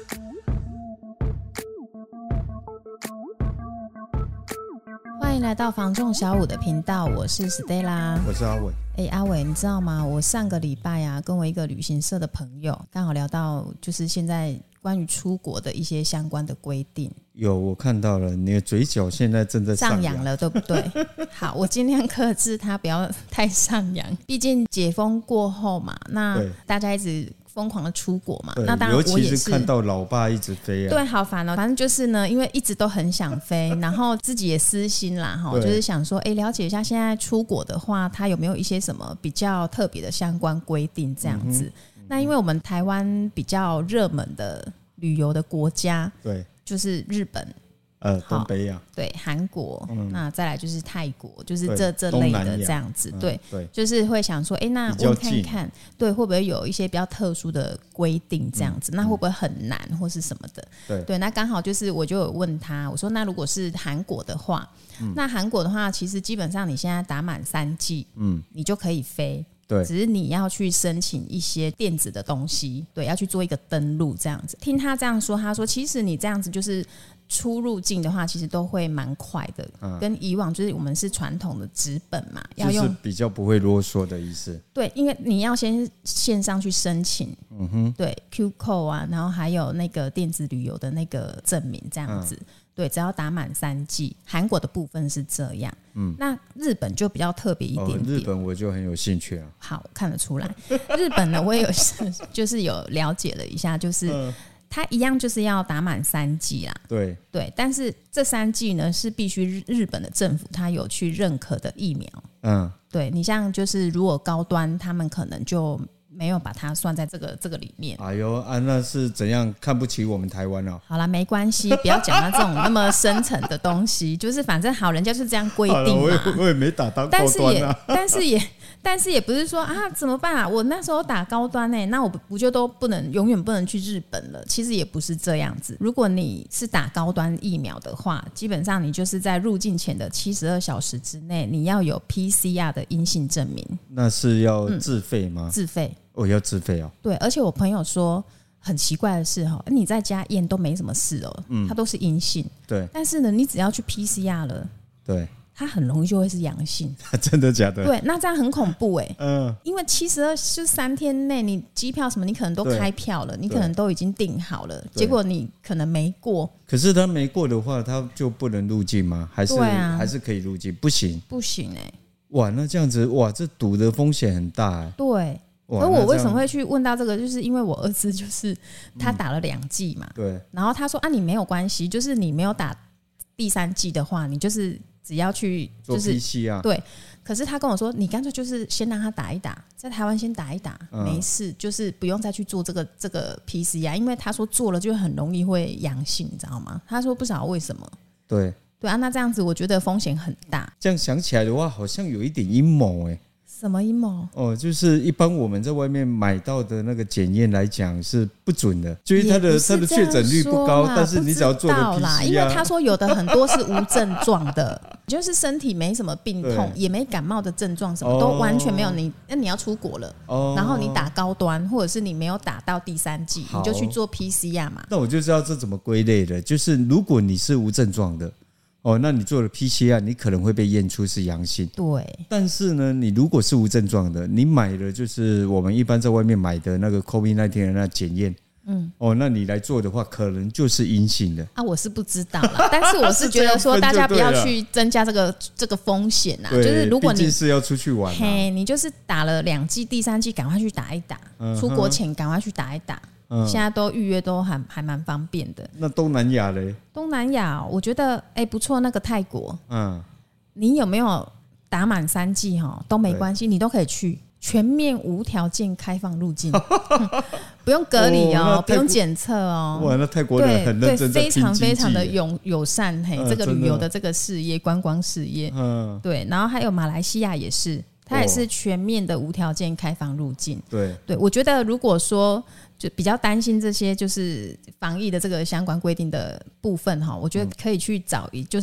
欢迎来到房仲小五的频道，我是 Stella， 我是阿伟。 阿伟，你知道吗？我上个礼拜啊，跟我一个旅行社的朋友刚好聊到，就是现在关于出国的一些相关的规定。 有，我看到了，你的嘴角现在正在上扬了，对不对？好，我尽量克制它，不要太上扬。毕竟解封过后嘛，那大家一直疯狂的出国嘛，那当然我也是， 尤其是看到老爸一直飞啊， 对，好烦哦。反正就是呢，因为一直都很想飞，然后自己也私心啦，就是想说，了解一下现在出国的话，它有没有一些什么比较特别的相关规定这样子。那因为我们台湾比较热门的旅游的国家，对，就是日本。 东北亚， 对，韩国，那再来就是泰国，就是这类的这样子，对，就是会想说，那我看看，对，会不会有一些比较特殊的规定这样子，那会不会很难或是什么的？对，那刚好就是我就有问他，我说那如果是韩国的话，那韩国的话，其实基本上你现在打满3剂，你就可以飞。对，只是你要去申请一些电子的东西，对，要去做一个登录这样子。听他这样说，他说其实你这样子就是出入境的话，其实都会蛮快的，跟以往就是我们是传统的纸本嘛，要用就是比较不会啰嗦的意思。对， 因为你要先线上去申请，对 Q code 啊，然后还有那个电子旅游的那个证明这样子。对，只要打满3剂，韩国的部分是这样。那日本就比较特别一点点。 日本我就很有兴趣了。 好，看得出来。日本呢，我也有就是有了解了一下，就是它一样就是要打满3剂啦。对，但是这3剂呢是必须日本的政府它有去认可的疫苗。对，你像就是如果高端，他们可能就没有把它算在这个里面。 哎呦啊，那是怎样看不起我们台湾哦？ 好啦，没关系，不要讲到这种那么深层的东西，就是反正好，人家就是这样规定嘛。 我也没打到高端啊， 但是也不是说啊怎么办啊？我那时候打高端那我不就都永远不能去日本了？其实也不是这样子。如果你是打高端疫苗的话，基本上你就是在入境前的72小时之内，你要有 PCR 的阴性证明。 那是要自费吗？ 自费。 要自费哦。对， 而且我朋友说很奇怪的是你在家验都没什么事它都是阴性。对，但是呢，你只要去 PCR 了，对，它很容易就会是阳性。 真的假的？ 对，那这样很恐怖因为72就3天内，你机票什么你可能都开票了，你可能都已经订好了，结果你可能没过。 可是他没过的话，他就不能入境吗？还是可以入境？不行哇，那这样子哇，这赌的风险很大对。 而我为什么会去问到这个，就是因为我儿子就是他打了2剂嘛，对，然后他说你没有关系，就是你没有打第3剂的话，你就是只要去就是做 PCR 对。可是他跟我说，你干脆就是先让他打一打，在台湾先打一打，没事，就是不用再去做这个 PCR， 因为他说做了就很容易会阳性，你知道吗？他说不知道为什么。对啊，那这样子我觉得风险很大。 这样想起来的话，好像有一点阴谋什么阴谋？ 就是一般我们在外面买到的那个检验来讲是不准的，就是它的确诊率不高，但是你只要做了 PCR， 因为他说有的很多是无症状的，就是身体没什么病痛，也没感冒的症状，什么都完全没有。你要出国了，然后你打高端，或者是你没有打到第3剂，你就去做 PCR 嘛。 那我就知道这怎么归类的，就是如果你是无症状的。那你做了 PCR， 你可能会被验出是阳性。对，但是呢，你如果是无症状的，你买了就是我们一般在外面买的那个 COVID-19 的那检验，那你来做的话，可能就是阴性的啊。 我是不知道啦，但是我是觉得说大家不要去增加这个风险啊。就是如果你毕竟是要出去玩你就是打了2剂，第3剂赶快去打一打，出国前赶快去打一打。现在都预约都还蛮方便的。 那东南亚嘞？ 东南亚我觉得不错，那个泰国，你有没有打满3剂都没关系，你都可以去，全面无条件开放入境，不用隔离不用检测哇，那泰国人很认真在拼经济， 非常非常的友善这个旅游的这个事业，观光事业，对，然后还有马来西亚也是。它也是全面的无条件开放入境。对，我觉得如果说就比较担心这些就是防疫的这个相关规定的部分我觉得可以去找就是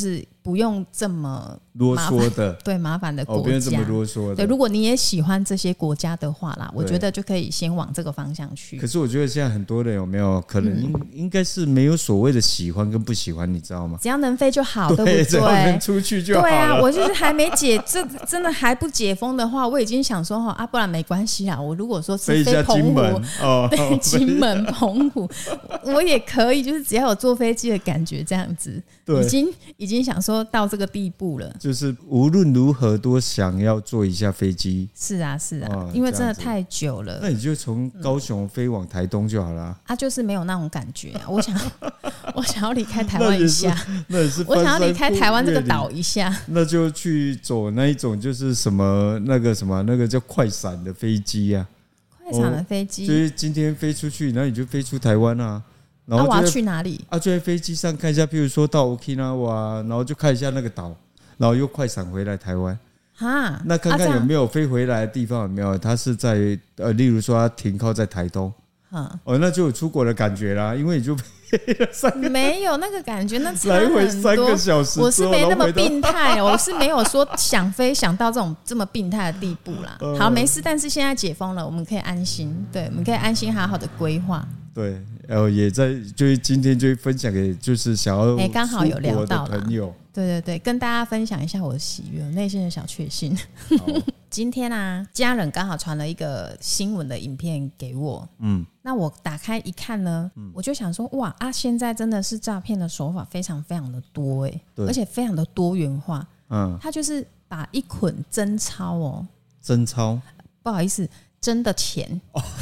不用这么啰嗦的， 对，麻烦的国家， 不用这么啰嗦的。 对，如果你也喜欢这些国家的话啦，我觉得就可以先往这个方向去。 可是我觉得现在很多人有没有可能应该是没有所谓的喜欢跟不喜欢，你知道吗？ 只要能飞就好，对不对？ 只要能出去就好了。 对啊，我就是还没解，这真的还不解封的话，我已经想说不然没关系啦。我如果说是飞澎湖，对，金门、澎湖，我也可以，就是只要有坐飞机的感觉，这样子，已经想说到这个地步了。 就是无论如何都想要坐一下飞机。是啊，因为真的太久了。 那你就从高雄飞往台东就好了。 就是没有那种感觉啊。我想要离开台湾一下， 那也是我想要离开台湾这个岛一下。 那就去走那一种就是什么那个叫快闪的飞机啊。 快闪的飞机， 就是今天飞出去，然后你就飞出台湾啊。然后我要去哪里？就在飞机上看一下，譬如说到 Okinawa， 然后就看一下那个岛，然后又快闪回来台湾。那看看有没有飞回来的地方，有没有？它是在例如说它停靠在台东，那就有出国的感觉啦，因为你就没有那个感觉，那来回3个小时， 我是没那么病态，我是没有说想飞想到这么病态的地步啦。好，没事，但是现在解封了，我们可以安心，对，我们可以安心好好的规划。 对，也在就是今天就分享给就是想要刚好有聊到的朋友。 对，跟大家分享一下我的喜悦，内心的小确幸。今天啊，家人刚好传了一个新闻的影片给我，那我打开一看呢，我就想说，哇现在真的是诈骗的手法非常非常的多而且非常的多元化。他就是把一捆真钞真钞， 不好意思，真的钱。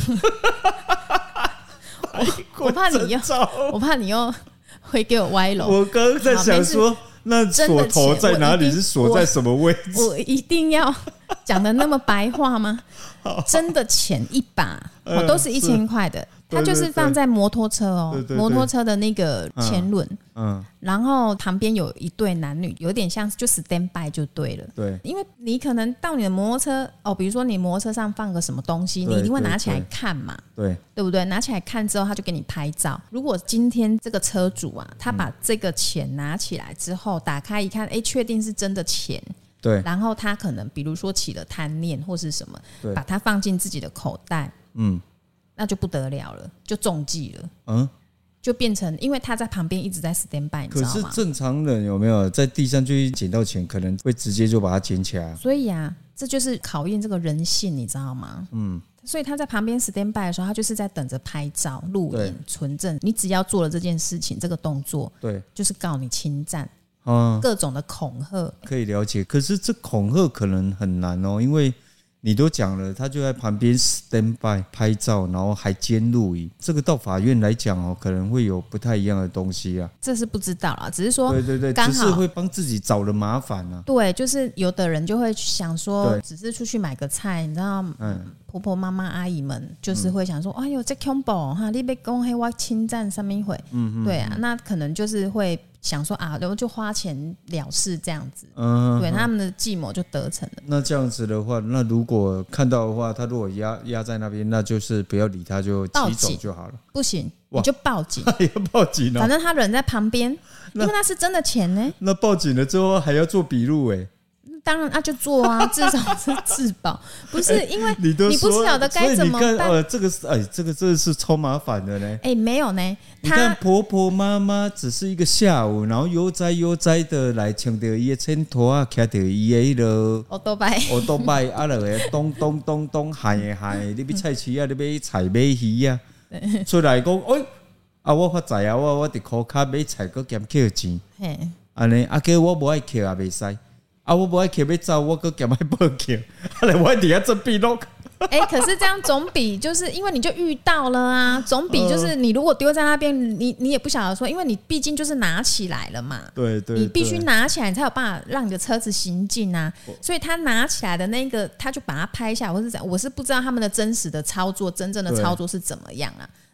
我怕你又会给我歪楼。 我刚刚在想说，那锁头在哪里？是锁在什么位置？ 我一定要讲的那么白话吗？真的钱一把都是1000块的，它就是放在摩托车摩托车的那个前轮，然后旁边有一对男女，有点像就 stand by 就对了。 对， 因为你可能到你的摩托车比如说你摩托车上放个什么东西，你一定会拿起来看嘛，对不对？拿起来看之后，他就给你拍照。如果今天这个车主啊，他把这个钱拿起来之后，打开一看，确定是真的钱。 对， 然后他可能比如说起了贪念或是什么，把它放进自己的口袋，那就不得了了，就中计了，就变成因为他在旁边一直在 stand by， 你知道吗？ 可是正常人有没有在地上就捡到钱，可能会直接就把它捡起来。 所以啊，这就是考验这个人性，你知道吗？所以他在旁边 stand by 的时候，他就是在等着拍照、录影、存证。你只要做了这件事情，这个动作，就是告你侵占。各种的恐吓可以了解，可是这恐吓可能很难因为你都讲了，他就在旁边 stand by 拍照，然后还监录影，这个到法院来讲可能会有不太一样的东西啊。 这是不知道啦，只是说对，只是会帮自己找了麻烦啊。 对，就是有的人就会想说，只是出去买个菜，你知道婆婆妈妈阿姨们就是会想说，哎呦这恐怖哈，你别讲黑我侵占什么一回，对啊，那可能就是会想说然后就花钱了事这样子，对，他们的计谋就得逞了。 那这样子的话，那如果看到的话，他如果压在那边，那就是不要理他，就骑走就好了。 不行，你就报警， 要报警反正他人在旁边，因为那是真的钱呢。 那报警了之后还要做笔录当然就做啊，至少是自保，不是因为你不晓得该怎么办。 这个真的是超麻烦的呢。 没有呢， 你看婆婆妈妈只是一个下午，然后悠哉的来牵着伊的牵拖啊，骑着伊的迄个欧多拜， 啊，落个咚喊，你要菜市啊，你要菜买鱼啊，出来讲，我发财啊，我伫裤卡买菜，搁兼捡钱，安尼叫我无爱捡也袂使。我不爱骑要走，我搁夹爱报警，来我底下真闭路。 可是这样总比就是因为你就遇到了啊，总比就是你如果丢在那边，你也不晓得说，因为你毕竟就是拿起来了嘛， 对， 你必须拿起来，你才有办法让你的车子行进啊。所以他拿起来的那个，他就把它拍下来，我是不知道他们的真实的操作，真正的操作是怎么样啊。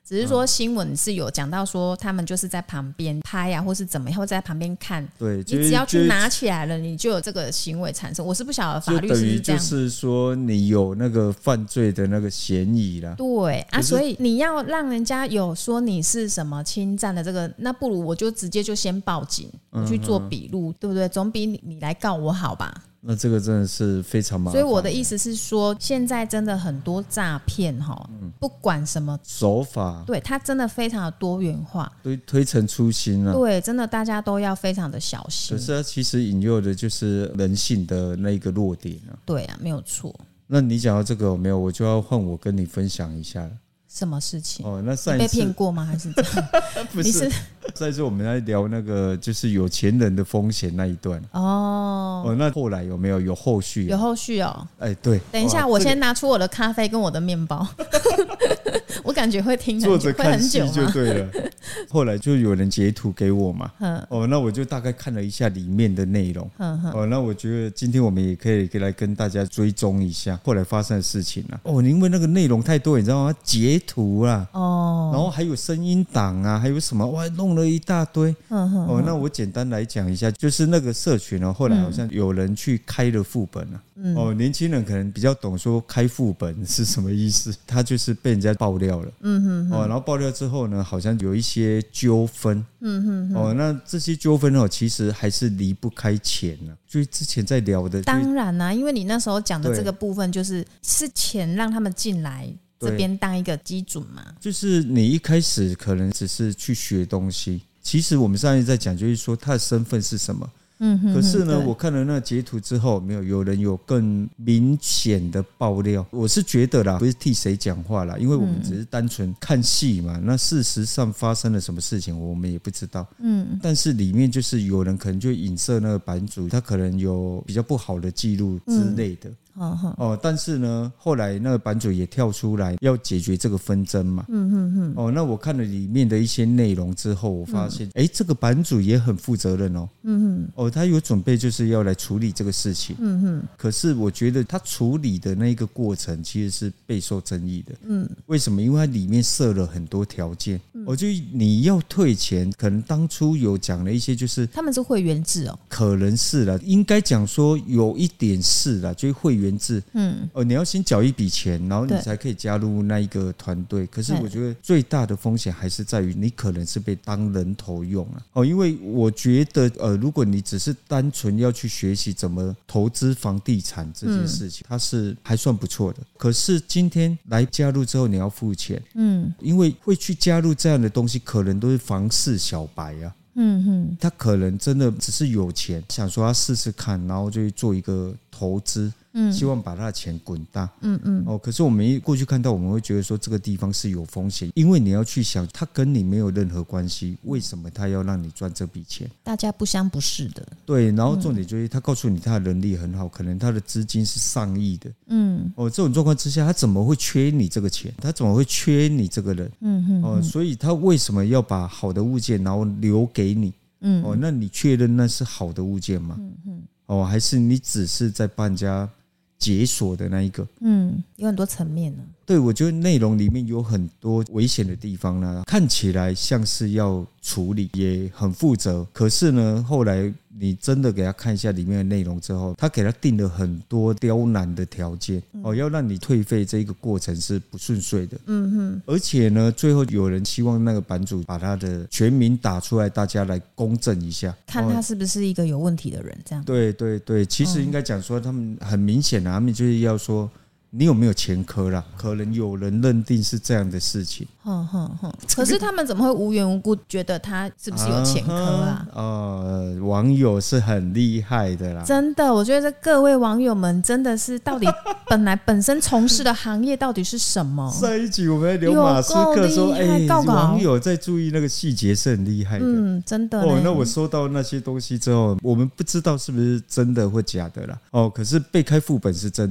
只是说新闻是有讲到说他们就是在旁边拍啊，或是怎么样，或在旁边看。 对， 你只要去拿起来了，你就有这个行为产生。我是不晓得法律是不是这样， 就是说你有那个犯罪的那个嫌疑啦。 对啊，所以你要让人家有说你是什么侵占的这个，那不如我就直接就先报警，我去做笔录，对不对？总比你来告我好吧？ 那这个真的是非常麻烦。 所以我的意思是说，现在真的很多诈骗不管什么手法， 对，它真的非常的多元化， 推陈出新啊。 对，真的大家都要非常的小心。 可是它其实引诱的就是人性的那个弱点啊。 对啊，没有错。 那你讲到这个有没有，我就要换我跟你分享一下了。 什么事情？ 那上一次你被骗过吗？还是这样？ 不是，上一次我们在聊那个就是有钱人的风险那一段。那后来有没有后续？ 有后续哦。 对。 等一下，我先拿出我的咖啡跟我的面包。我感觉会听很久， 坐着看戏就对了。后来就有人截图给我嘛。那我就大概看了一下里面的内容。那我觉得今天我们也可以来跟大家追踪一下后来发生的事情啊。因为那个内容太多，你知道吗？截图啊，然后还有声音档啊，还有什么哇，弄了一大堆。那我简单来讲一下，就是那个社群后来好像有人去开了副本啊。年轻人可能比较懂说开副本是什么意思，他就是被人家爆料了。然后爆料之后呢，好像有一些纠纷。那这些纠纷其实还是离不开钱啊。就是之前在聊的， 当然啦，因为你那时候讲的这个部分是钱让他们进来这边当一个基准嘛。就是你一开始可能只是去学东西，其实我们上一次在讲就是说他的身份是什么。可是呢，我看了那截图之后，有人有更明显的爆料。我是觉得啦，不是替谁讲话啦，因为我们只是单纯看戏嘛。那事实上发生了什么事情，我们也不知道。但是里面就是有人可能就影射那个版主，他可能有比较不好的记录之类的。但是呢，后来那个版主也跳出来要解决这个纷争嘛。那我看了里面的一些内容之后，我发现，这个版主也很负责任哦。他有准备就是要来处理这个事情。可是我觉得他处理的那个过程其实是备受争议的。为什么？因为它里面设了很多条件。就你要退钱，可能当初有讲了一些，就是他们是会员制哦， 可能是啦，应该讲说有一点是啦，就是会员制。你要先缴一笔钱，然后你才可以加入那一个团队。可是我觉得最大的风险还是在于你可能是被当人头用了。因为我觉得如果你只是单纯要去学习怎么投资房地产这件事情，它是还算不错的。可是今天来加入之后你要付钱。因为会去加入这样的东西可能都是房市小白啊。他可能真的只是有钱，想说要试试看，然后就去做一个投资。希望把他的钱滚大。可是我们过去看到，我们会觉得说这个地方是有风险，因为你要去想，他跟你没有任何关系，为什么他要让你赚这笔钱？ 大家不相不是的。 对，然后重点就是他告诉你他的能力很好，可能他的资金是上亿的。这种状况之下，他怎么会缺你这个钱？他怎么会缺你这个人？所以他为什么要把好的物件然后留给你？那你确认那是好的物件吗？还是你只是在帮人家解锁的那一个？ 有很多层面呢。 对，我觉得内容里面有很多危险的地方呢，看起来像是要处理，也很负责。可是呢，后来你真的给他看一下里面的内容之后，他给他定了很多刁难的条件。要让你退费这个过程是不顺遂的。而且呢，最后有人希望那个版主把他的全名打出来，大家来公证一下， 看他是不是一个有问题的人。这样。 对对对，其实应该讲说，他们很明显他们就是要说你有没有前科啦？可能有人认定是这样的事情。 可是他们怎么会无缘无故觉得他是不是有前科啊？ 网友是很厉害的啦， 真的，我觉得这各位网友们真的是到底本身从事的行业到底是什么？ 上一集我们在聊马斯克说，网友在注意那个细节是很厉害的。 真的。 那我收到那些东西之后，我们不知道是不是真的或假的啦。可是被开副本是真的。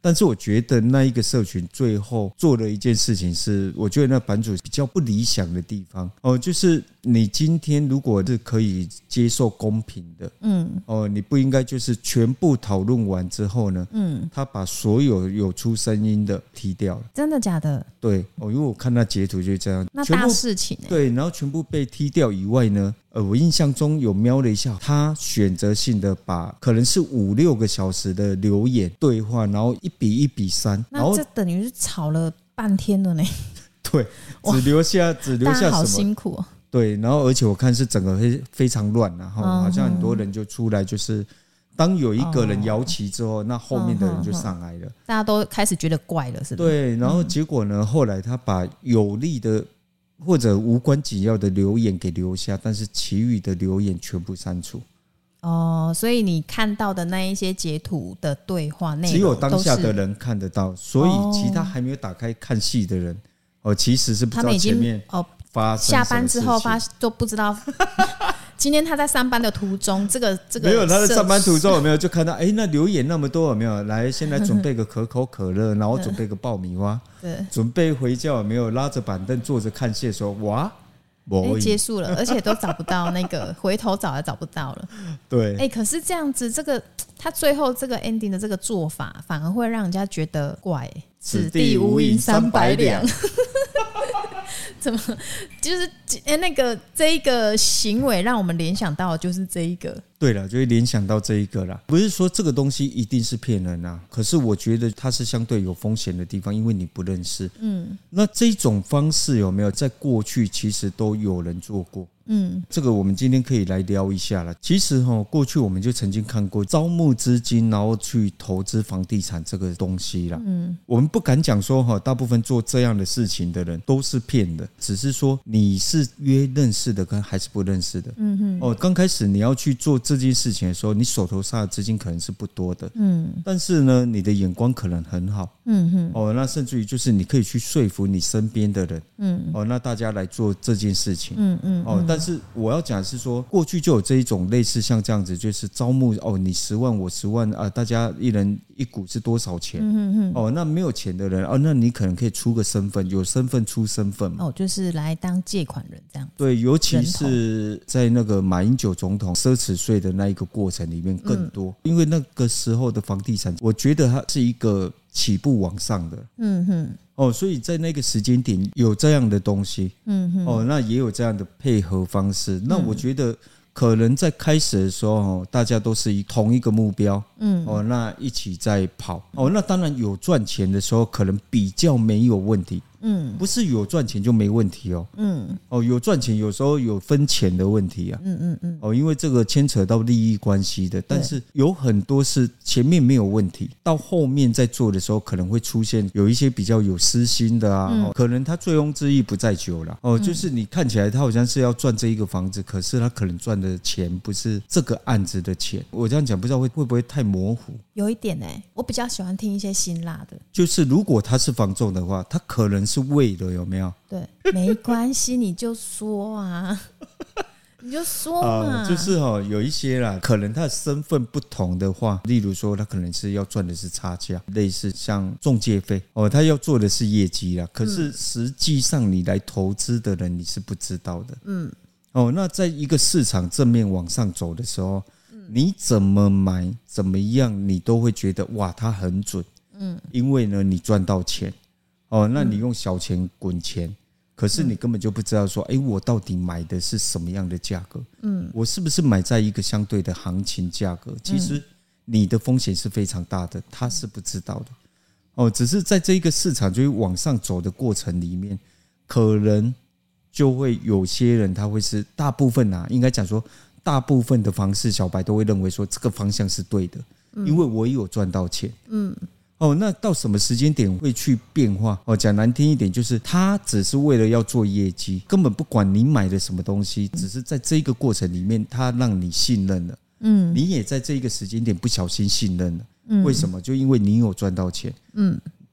但是我觉得那一个社群最后做了一件事情是，我觉得那版主比较不理想的地方就是你今天如果是可以接受公平的，你不应该就是全部讨论完之后呢，他把所有有出声音的踢掉了。 真的假的？ 对，因为我看那截图就是这样， 那大事情对，然后全部被踢掉以外呢，我印象中有瞄了一下，他选择性的把可能是5-6个小时的留言对话，然后1比1比3， 那这等于是吵了半天了呢。 对，只留下什么？大家好辛苦哦。 对，然后而且我看是整个非常乱，然后好像很多人就出来，就是当有一个人摇旗之后，那后面的人就上来了， 大家都开始觉得怪了，是不是？ 对，然后结果呢，后来他把有利的或者无关紧要的留言给留下，但是其余的留言全部删除。 所以你看到的那一些截图的对话内容， 只有当下的人看得到，所以其他还没有打开看戏的人，其实是不知道前面发生什么事情。 下班之后都不知道。今天他在上班的途中，这个没有，他在上班途中有没有就看到那留言那么多有没有？来，现在准备个可口可乐，然后准备个爆米花，对，准备回家有没有？拉着板凳坐着看戏的时候，哇！ 结束了，而且都找不到那个回头找也找不到了。 对， 可是这样子，这个他最后这个 ending 的这个做法，反而会让人家觉得怪。 此地无银300两。 怎么就是那个这一个行为让我们联想到的就是这一个。 对了，就会联想到这一个啦。不是说这个东西一定是骗人啊，可是我觉得它是相对有风险的地方，因为你不认识。那这种方式有没有在过去其实都有人做过？这个我们今天可以来聊一下了。其实过去我们就曾经看过招募资金然后去投资房地产这个东西啦。我们不敢讲说大部分做这样的事情的人都是骗的，只是说你是约认识的跟还是不认识的。刚开始你要去做这件事情的时候，你手头上的资金可能是不多的，但是呢你的眼光可能很好，那甚至于就是你可以去说服你身边的人，那大家来做这件事情，但是我要讲的是说，过去就有这一种类似像这样子，就是招募你10万我10万大家一人一股是多少钱？那没有钱的人那你可能可以出个身份，有身份出身份嘛， 就是来当借款人这样。 对，尤其是在那个马英九总统奢侈税的那一个过程里面更多，因为那个时候的房地产，我觉得它是一个起步往上的，所以在那个时间点有这样的东西，那也有这样的配合方式。那我觉得可能在开始的时候大家都是以同一个目标，那一起在跑，那当然有赚钱的时候可能比较没有问题，不是有赚钱就没问题有赚钱有时候有分钱的问题啊，因为这个牵扯到利益关系的，但是有很多是前面没有问题，到后面在做的时候可能会出现有一些比较有私心的啊，可能他醉翁之意不在酒啦，就是你看起来他好像是要赚这一个房子，可是他可能赚的钱不是这个案子的钱。我这样讲不知道会不会太模糊？ 有一点我比较喜欢听一些辛辣的， 就是如果他是房仲的话，他可能是为了有没有？ 对，没关系，你就说啊，你就说嘛。 就是有一些啦，可能他的身份不同的话，例如说他可能是要赚的是差价，类似像中介费他要做的是业绩啦，可是实际上你来投资的人你是不知道的。那在一个市场正面往上走的时候，你怎么买怎么样你都会觉得哇它很准，因为呢你赚到钱那你用小钱滚钱，可是你根本就不知道说我到底买的是什么样的价格，我是不是买在一个相对的行情价格，其实你的风险是非常大的，他是不知道的只是在这一个市场就是往上走的过程里面，可能就会有些人他会是大部分应该讲说大部分的房市小白都会认为说这个方向是对的，因为我也有赚到钱。那到什么时间点会去变化？讲难听一点，就是他只是为了要做业绩，根本不管你买的什么东西，只是在这个过程里面，他让你信任了。你也在这个时间点不小心信任了。为什么？就因为你有赚到钱。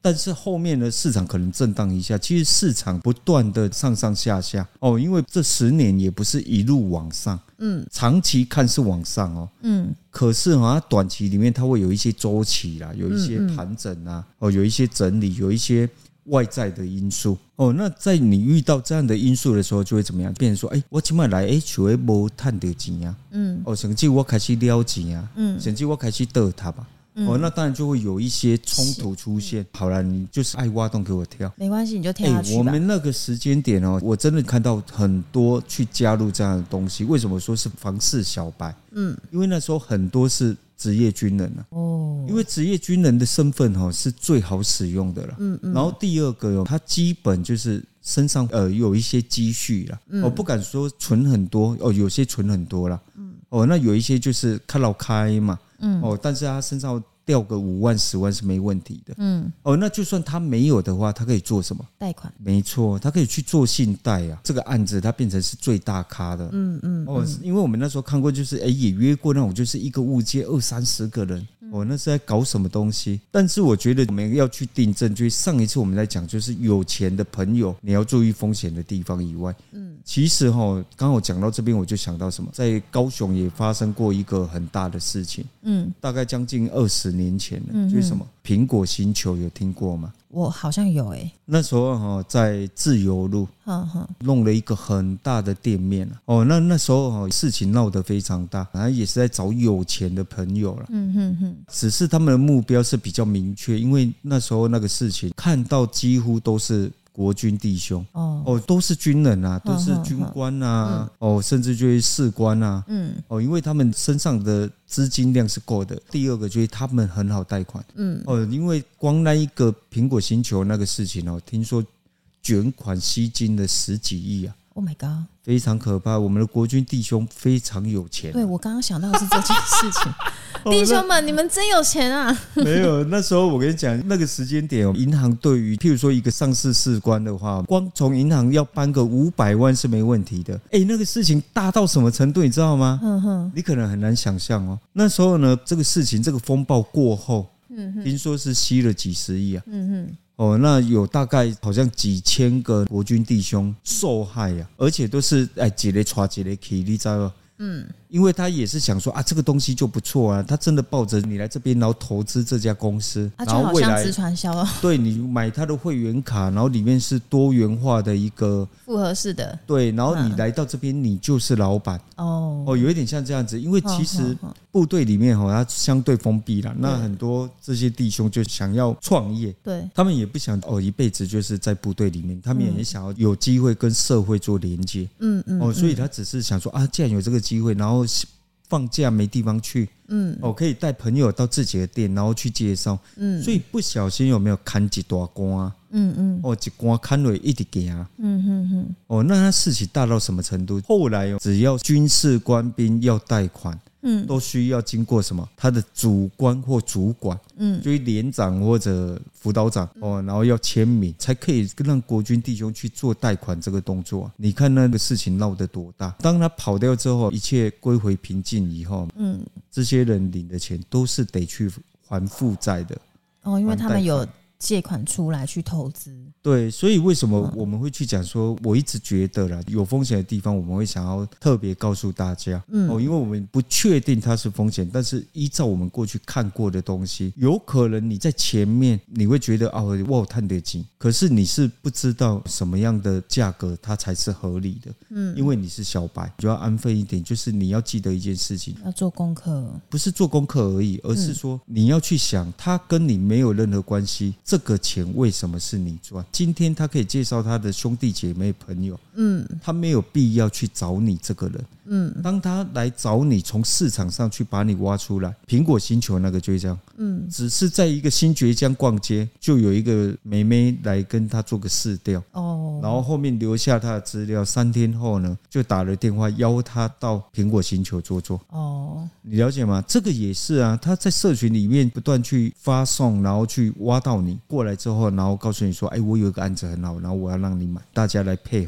但是后面呢市场可能震荡一下，其实市场不断的上上下下因为这10年也不是一路往上，长期看是往上可是它短期里面它会有一些周期啦，有一些盘整啊，有一些整理，有一些外在的因素那在你遇到这样的因素的时候，就会怎么样？变成说，我现在来，就会没赚到钱啊，甚至我开始了钱啊，甚至我开始倒塌吧。那当然就会有一些冲突出现。好了，你就是爱挖洞给我跳， 没关系，你就跳下去吧。 我们那个时间点我真的看到很多去加入这样的东西。为什么说是房市小白？因为那时候很多是职业军人因为职业军人的身份是最好使用的了。然后第二个他基本就是身上有一些积蓄啦，我不敢说存很多有些存很多啦，那有一些就是看老开嘛，但是他身上掉个5万10万是没问题的。那就算他没有的话，他可以做什么？ 贷款。 没错，他可以去做信贷啊。这个案子他变成是最大咖的。因为我们那时候看过，就是也约过那种，就是一个物件20-30个人。那是在搞什么东西？但是我觉得我们要去订正，就是上一次我们在讲，就是有钱的朋友你要注意风险的地方以外，其实刚好讲到这边，我就想到什么，在高雄也发生过一个很大的事情，大概将近20年前了，就是什么苹果星球，有听过吗？ 我好像有那时候在自由路弄了一个很大的店面那时候事情闹得非常大，然后也是在找有钱的朋友了。只是他们的目标是比较明确，因为那时候那个事情看到几乎都是国军弟兄都是军人啊，都是军官啊甚至就是士官啊因为他们身上的资金量是够的。第二个就是他们很好贷款因为光那一个苹果星球那个事情听说卷款吸金了10几亿啊。 Oh my god， 非常可怕。我们的国军弟兄非常有钱。 对，我刚刚想到的是这件事情弟兄们你们真有钱啊没有，那时候我跟你讲，那个时间点银行对于譬如说一个上市士官的话，光从银行要搬个500万是没问题的。那个事情大到什么程度你知道吗？你可能很难想象那时候呢，这个事情这个风暴过后听说是吸了几10亿啊。那有大概好像几千个国军弟兄受害啊，而且都是一个抓一个去，你知道吗？因为他也是想说这个东西就不错啊，他真的抱着你来这边，然后投资这家公司， 然后未来就好像直传销对，你买他的会员卡，然后里面是多元化的一个复合式的， 对，然后你来到这边，你就是老板有一点像这样子。因为其实部队里面它相对封闭啦，那很多这些弟兄就想要创业， 对， 他们也不想一辈子就是在部队里面，他们也想要有机会跟社会做连接，所以他只是想说既然有这个机会，然后放假没地方去，可以带朋友到自己的店，然后去介绍，所以不小心有没有砍一大竿一竿砍落一直行那他事情大到什么程度？后来只要军事官兵要贷款都需要经过什么？他的主官或主管，就是连长或者辅导长然后要签名，才可以让国军弟兄去做贷款这个动作。你看那个事情闹得多大？当他跑掉之后，一切归回平静以后，这些人领的钱都是得去还负债的因为他们有借款出来去投资。 对，所以为什么我们会去讲说，我一直觉得啦，有风险的地方我们会想要特别告诉大家因为我们不确定它是风险，但是依照我们过去看过的东西，有可能你在前面你会觉得我有赚得钱，可是你是不知道什么样的价格它才是合理的因为你是小白，就要安分一点，就是你要记得一件事情， 要做功课， 不是做功课而已，而是说你要去想它跟你没有任何关系，这个钱为什么是你赚？今天他可以介绍他的兄弟姐妹朋友他没有必要去找你这个人当他来找你，从市场上去把你挖出来，苹果星球那个就是这样只是在一个新崛江逛街，就有一个妹妹来跟他做个试调然后后面留下他的资料，3天后呢就打了电话邀他到苹果星球坐你了解吗？这个也是啊，他在社群里面不断去发送，然后去挖到你过来之后，然后告诉你说我有一个案子很好，然后我要让你买，大家来配合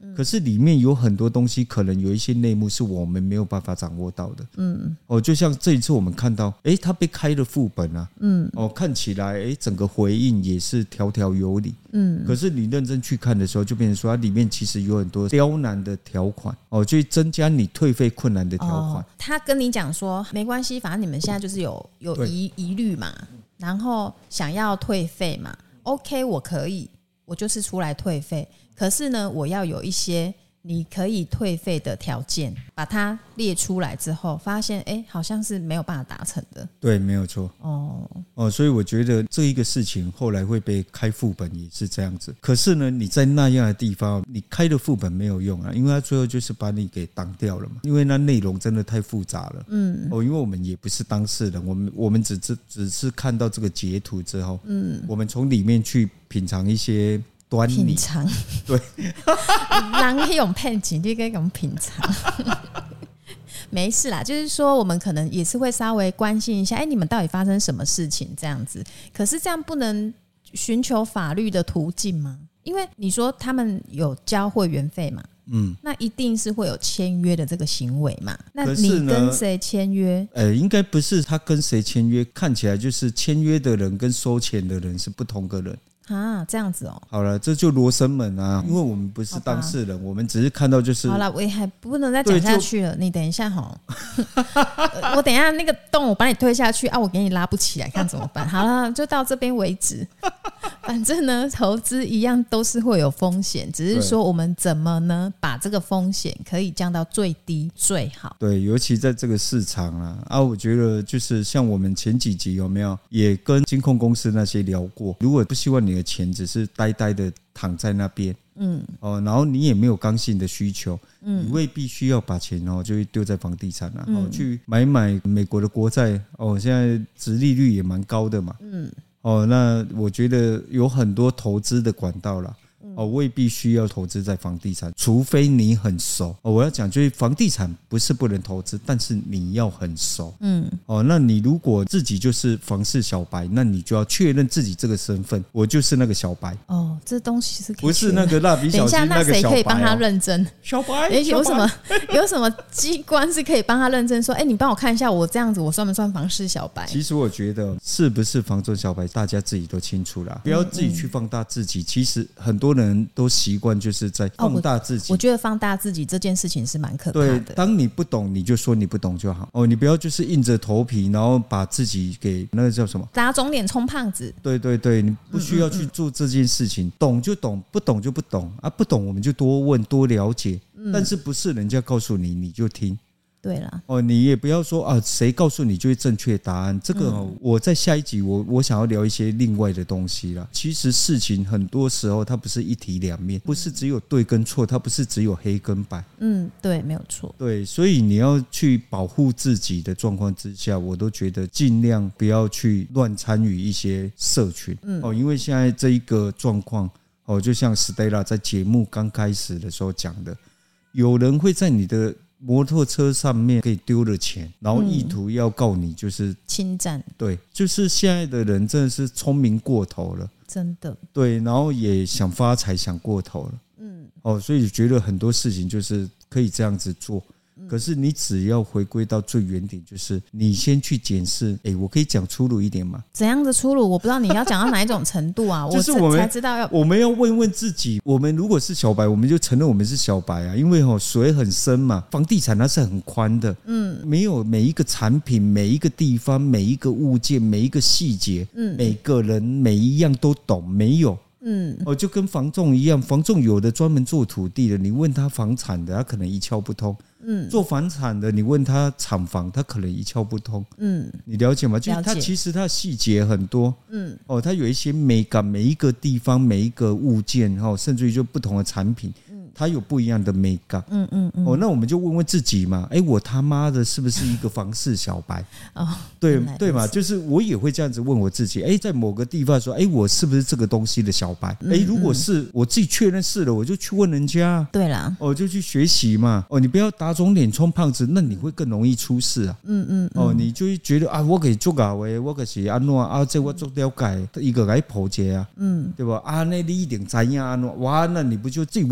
可是里面有很多东西，可能有一些内幕是我们没有办法掌握到的。就像这一次我们看到，他被开了副本啊，看起来整个回应也是条条有理。可是你认真去看的时候，就变成说它里面其实有很多刁难的条款，就增加你退费困难的条款。 他跟你讲说没关系，反正你们现在就是有疑虑嘛，然后想要退费嘛 ，OK， 我可以，我就是出来退费。可是呢，我要有一些你可以退费的条件，把它列出来之后，发现好像是没有办法达成的。 对，没有错。所以我觉得这一个事情后来会被开副本也是这样子。可是呢，你在那样的地方，你开的副本没有用啊，因为它最后就是把你给挡掉了嘛。因为那内容真的太复杂了。因为我们也不是当事人，我们只是看到这个截图之后，我们从里面去品尝一些。 品尝， 对， 人可以用骗钱，你可以用品尝，没事啦。就是说，我们可能也是会稍微关心一下，你们到底发生什么事情这样子。可是这样不能寻求法律的途径吗？因为你说他们有交会员费嘛，那一定是会有签约的这个行为嘛。那你跟谁签约？ 应该不是他跟谁签约，看起来就是签约的人跟收钱的人是不同个人。 这样子哦。 好了，这就罗生门啊，因为我们不是当事人，我们只是看到就是。 好了，我也还不能再讲下去了。你等一下齁，我等一下那个洞我把你推下去啊，我给你拉不起来，看怎么办？好了，就到这边为止。反正呢，投资一样都是会有风险，只是说我们怎么呢把这个风险可以降到最低最好。 对，尤其在这个市场我觉得就是像我们前几集有没有也跟金控公司那些聊过，如果不希望你的钱只是呆呆的躺在那边，然后你也没有刚性的需求，你未必需要把钱就丢在房地产去买美国的国债，现在殖利率也蛮高的嘛，那我觉得有很多投资的管道啦，未必需要投资在房地产，除非你很熟。我要讲就是房地产不是不能投资，但是你要很熟。那你如果自己就是房市小白，那你就要确认自己这个身份，我就是那个小白。 这东西是可以不是那个蜡笔小新那个小白。 等一下，那谁可以帮他认证？ 小白， 有什么机关是可以帮他认证说，你帮我看一下，我这样子我算不算房市小白？ 其实我觉得是不是房仲小白，大家自己都清楚啦，不要自己去放大自己。其实很多人都习惯就是在放大自己。 我觉得放大自己这件事情是蛮可怕的。 对，当你不懂，你就说你不懂就好。你不要就是硬着头皮，然后把自己给那个叫什么打肿脸充胖子。 对对对，你不需要去做这件事情。懂就懂，不懂就不懂啊！不懂我们就多问多了解。但是不是人家告诉你你就听。 对啦， 你也不要说谁告诉你就会正确答案。这个我在下一集我想要聊一些另外的东西啦。其实事情很多时候它不是一体两面，不是只有对跟错，它不是只有黑跟白。 对，没有错。 对，所以你要去保护自己的状况之下，我都觉得尽量不要去乱参与一些社群。因为现在这一个状况，就像 Stella 在节目刚开始的时候讲的，有人会在你的摩托车上面给丢了钱，然后意图要告你就是侵占。 对，就是现在的人真的是聪明过头了， 真的。对， 然后也想发财想过头了。所以觉得很多事情就是可以这样子做。可是你只要回归到最原点，就是你先去检视。我可以讲粗鲁一点吗？ 怎样的粗鲁？我不知道你要讲到哪一种程度啊。 就是我们才知道我们要问问自己，我们如果是小白，我们就承认我们是小白啊，因为水很深嘛，房地产它是很宽的，没有每一个产品、每一个地方、每一个物件、每一个细节，每个人每一样都懂，没有。就跟房仲一样，房仲有的专门做土地的，你问他房产的，他可能一窍不通。做房产的，你问他厂房，他可能一窍不通。你了解吗？就是他其实他细节很多。他有一些美感，每一个地方、每一个物件，甚至于就不同的产品。它有不一样的美感。那我们就问问自己嘛，我他妈的是不是一个房市小白？对嘛，就是我也会这样子问我自己。在某个地方说，我是不是这个东西的小白？如果是我自己确认是了，我就去问人家。 对啦， 就去学习嘛。你不要打肿脸充胖子，那你会更容易出事啊。你就会觉得我可以做到的，我可是安怎这我做了解，一个来破解啊。对吧？那你一定知道安怎，哇，那你不就自己挖了一个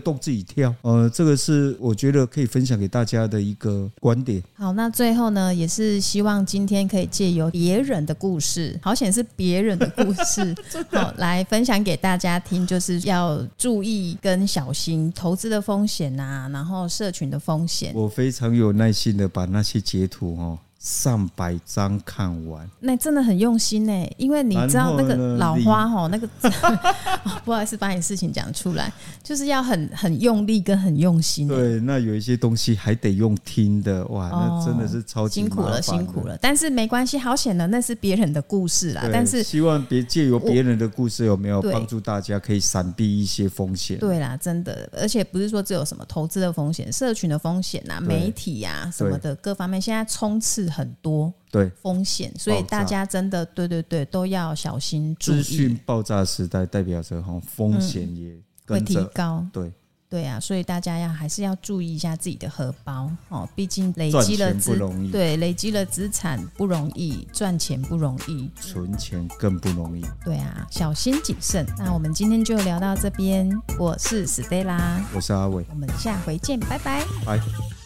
洞自己跳。这个是我觉得可以分享给大家的一个观点。 好，那最后呢，也是希望今天可以借由别人的故事，好险是别人的故事好来分享给大家听，就是要注意跟小心投资的风险啊，然后社群的风险。 我非常有耐心的把那些截图上百张看完， 那真的很用心耶，因为你知道那个老花那个不好意思把你事情讲出来，就是要很用力跟很用心。 对，那有一些东西还得用听的，哇，那真的是超级麻烦的， 辛苦了，但是没关系，好险的，那是别人的故事啦。但是希望借由别人的故事有没有帮助大家可以闪避一些风险。 对啦，真的，而且不是说只有什么投资的风险，社群的风险啊，媒体啊什么的各方面，现在冲刺很多风险，所以大家真的对都要小心注意。 资讯爆炸时代代表着风险也跟着会提高。对啊，所以大家还是要注意一下自己的荷包毕竟累积了累积了资产不容易，赚钱不容易， 存钱更不容易。 对啊，小心谨慎。那我们今天就聊到这边，我是 Stella， 我是阿伟， 我们下回见，拜拜。 拜。